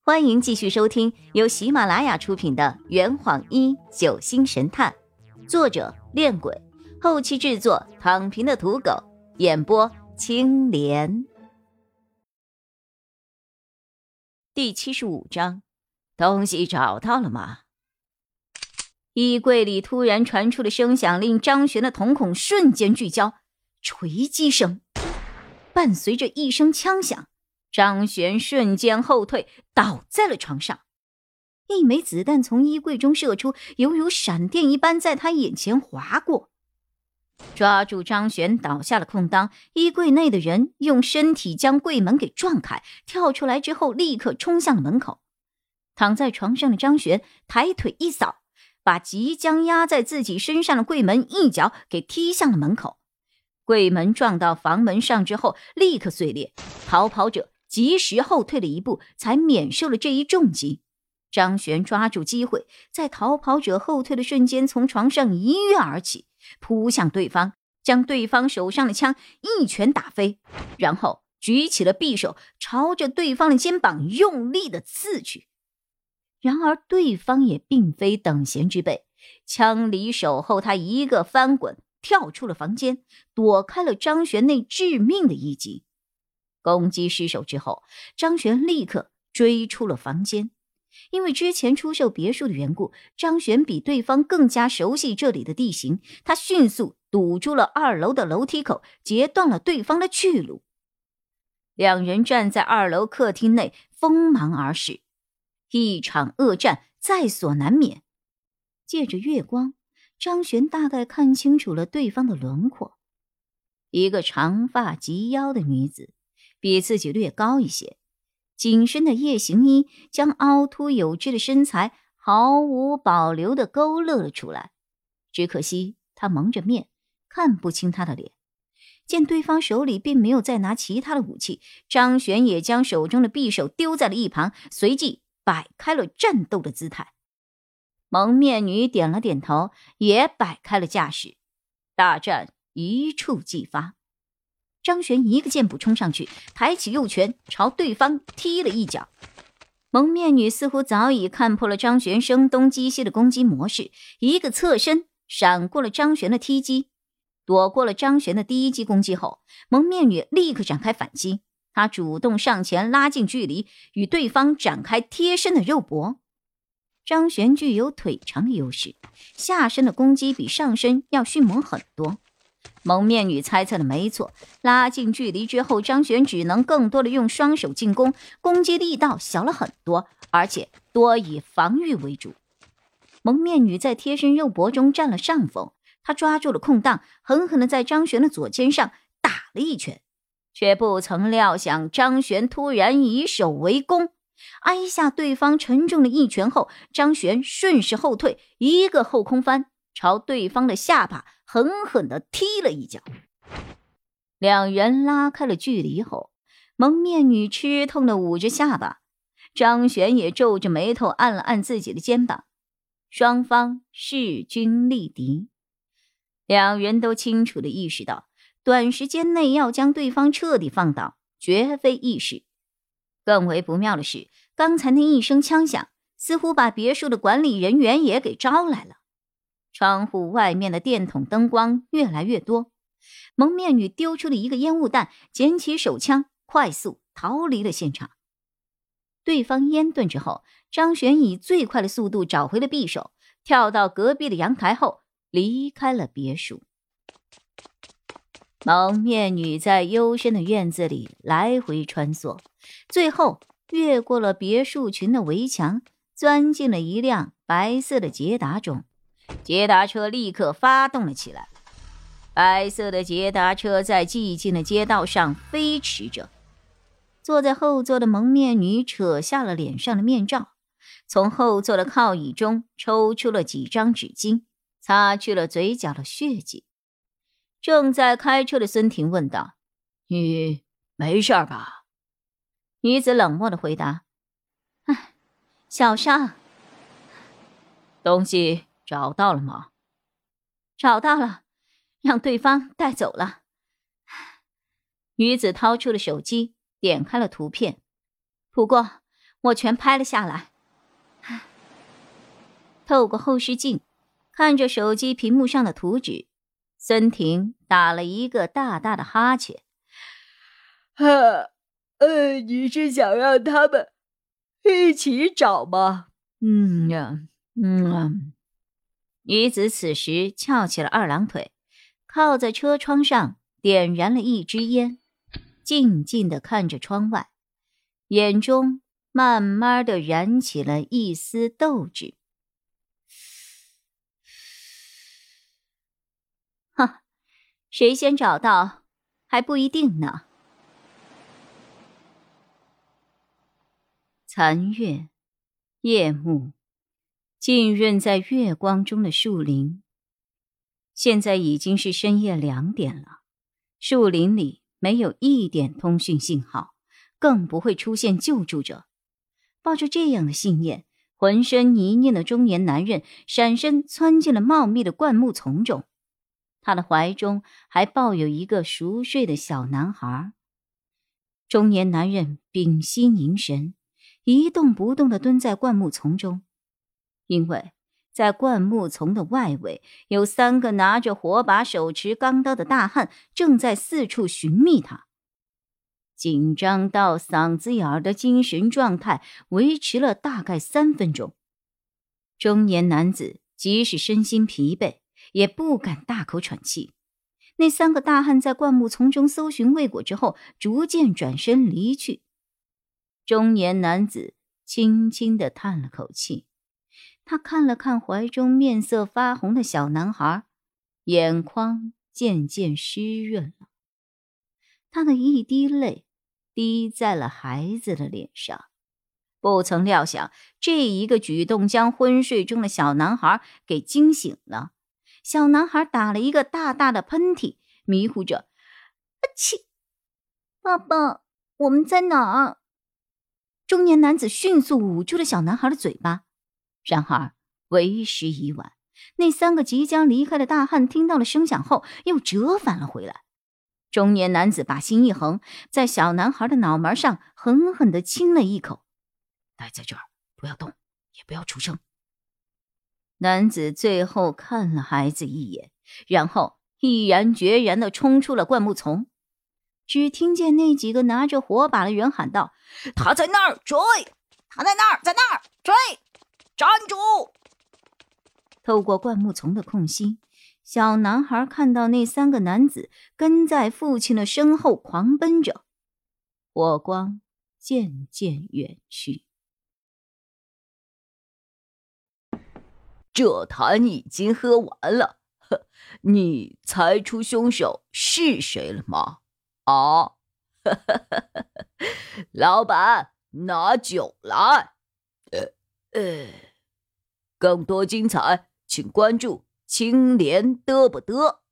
欢迎继续收听由喜马拉雅出品的《圆谎一九星神探》，作者恋鬼，后期制作躺平的土狗，演播青莲。第75章，东西找到了吗？衣柜里突然传出的声响令张璇的瞳孔瞬间聚焦，锤击声伴随着一声枪响，张璇瞬间后退，倒在了床上。一枚子弹从衣柜中射出，犹如闪电一般在他眼前划过。抓住张璇倒下了空当，衣柜内的人用身体将柜门给撞开，跳出来之后立刻冲向了门口。躺在床上的张璇抬腿一扫，把即将压在自己身上的柜门一脚给踢向了门口。柜门撞到房门上之后立刻碎裂，逃跑者及时后退了一步，才免受了这一重击。张璇抓住机会，在逃跑者后退的瞬间从床上一跃而起，扑向对方，将对方手上的枪一拳打飞，然后举起了匕首，朝着对方的肩膀用力地刺去。然而对方也并非等闲之辈，枪离手后他一个翻滚跳出了房间，躲开了张璇那致命的一击。攻击失手之后，张璇立刻追出了房间。因为之前出售别墅的缘故，张璇比对方更加熟悉这里的地形，他迅速堵住了2楼的楼梯口，截断了对方的去路。两人站在2楼客厅内锋芒而视，一场恶战在所难免。借着月光，张璇大概看清楚了对方的轮廓，一个长发及腰的女子，比自己略高一些，紧身的夜行衣将凹凸有致的身材毫无保留地勾勒了出来。只可惜她蒙着面，看不清她的脸。见对方手里并没有再拿其他的武器，张璇也将手中的匕首丢在了一旁，随即摆开了战斗的姿态。蒙面女点了点头，也摆开了架势。大战一触即发。张璇一个箭步冲上去，抬起右拳朝对方踢了一脚。蒙面女似乎早已看破了张璇声东击西的攻击模式，一个侧身闪过了张璇的踢击。躲过了张璇的第一击攻击后，蒙面女立刻展开反击，她主动上前拉近距离，与对方展开贴身的肉搏。张璇具有腿长的优势，下身的攻击比上身要迅猛很多。蒙面女猜测的没错，拉近距离之后，张璇只能更多的用双手进攻，攻击力道小了很多，而且多以防御为主。蒙面女在贴身肉搏中占了上风，她抓住了空档，狠狠地在张璇的左肩上打了一拳，却不曾料想张璇突然以手为攻，挨下对方沉重的一拳后，张璇顺势后退，一个后空翻，朝对方的下巴狠狠地踢了一脚。两人拉开了距离后，蒙面女吃痛地捂着下巴，张璇也皱着眉头按了按自己的肩膀。双方势均力敌，两人都清楚地意识到，短时间内要将对方彻底放倒，绝非易事。更为不妙的是，刚才那一声枪响，似乎把别墅的管理人员也给招来了。窗户外面的电筒灯光越来越多，蒙面女丢出了一个烟雾弹，捡起手枪，快速逃离了现场。对方烟遁之后，张璇以最快的速度找回了匕首，跳到隔壁的阳台后离开了别墅。蒙面女在幽深的院子里来回穿梭，最后越过了别墅群的围墙，钻进了一辆白色的捷达中。捷达车立刻发动了起来，白色的捷达车在寂静的街道上飞驰着。坐在后座的蒙面女扯下了脸上的面罩，从后座的靠椅中抽出了几张纸巾，擦去了嘴角的血迹。正在开车的孙婷问道：“ 你没事吧？” 女子冷漠地回答：“唉，小伤。” 东西找到了吗？ 找到了，让对方带走了。女子掏出了手机，点开了图片。不过我全拍了下来。透过后视镜，看着手机屏幕上的图纸，孙婷打了一个大大的哈欠。 你是想让他们一起找吗？ 女子此时翘起了二郎腿，靠在车窗上点燃了一支烟，静静地看着窗外，眼中慢慢地燃起了一丝斗志。哼，谁先找到还不一定呢。残月，夜幕，浸润在月光中的树林。现在已经是深夜2点了，树林里没有一点通讯信号，更不会出现救助者。抱着这样的信念，浑身泥泞的中年男人闪身窜进了茂密的灌木丛中。他的怀中还抱有一个熟睡的小男孩。中年男人屏息凝神，一动不动地蹲在灌木丛中，因为在灌木丛的外围有3个拿着火把、手持钢刀的大汉正在四处寻觅他。紧张到嗓子眼儿的精神状态维持了大概3分钟。中年男子即使身心疲惫，也不敢大口喘气。那3个大汉在灌木丛中搜寻未果之后，逐渐转身离去。中年男子轻轻地叹了口气，他看了看怀中面色发红的小男孩，眼眶渐渐湿润了。他的一滴泪滴在了孩子的脸上，不曾料想这一个举动将昏睡中的小男孩给惊醒了。小男孩打了一个大大的喷嚏，迷糊着：“切，爸爸，我们在哪儿？”中年男子迅速捂住了小男孩的嘴巴。然而为时已晚，那3个即将离开的大汉听到了声响后又折返了回来。中年男子把心一横，在小男孩的脑门上狠狠地亲了一口：“待在这儿，不要动，也不要出声。”男子最后看了孩子一眼，然后毅然决然地冲出了灌木丛。只听见那几个拿着火把的人喊道：“ 他在那儿，追！他在那儿，在那儿，追！站住！” 透过灌木丛的空隙，小男孩看到那3个男子跟在父亲的身后狂奔着，火光渐渐远去。 这坛已经喝完了，你猜出凶手是谁了吗？啊，老板，拿酒来。更多精彩，请关注青莲嘚不嘚。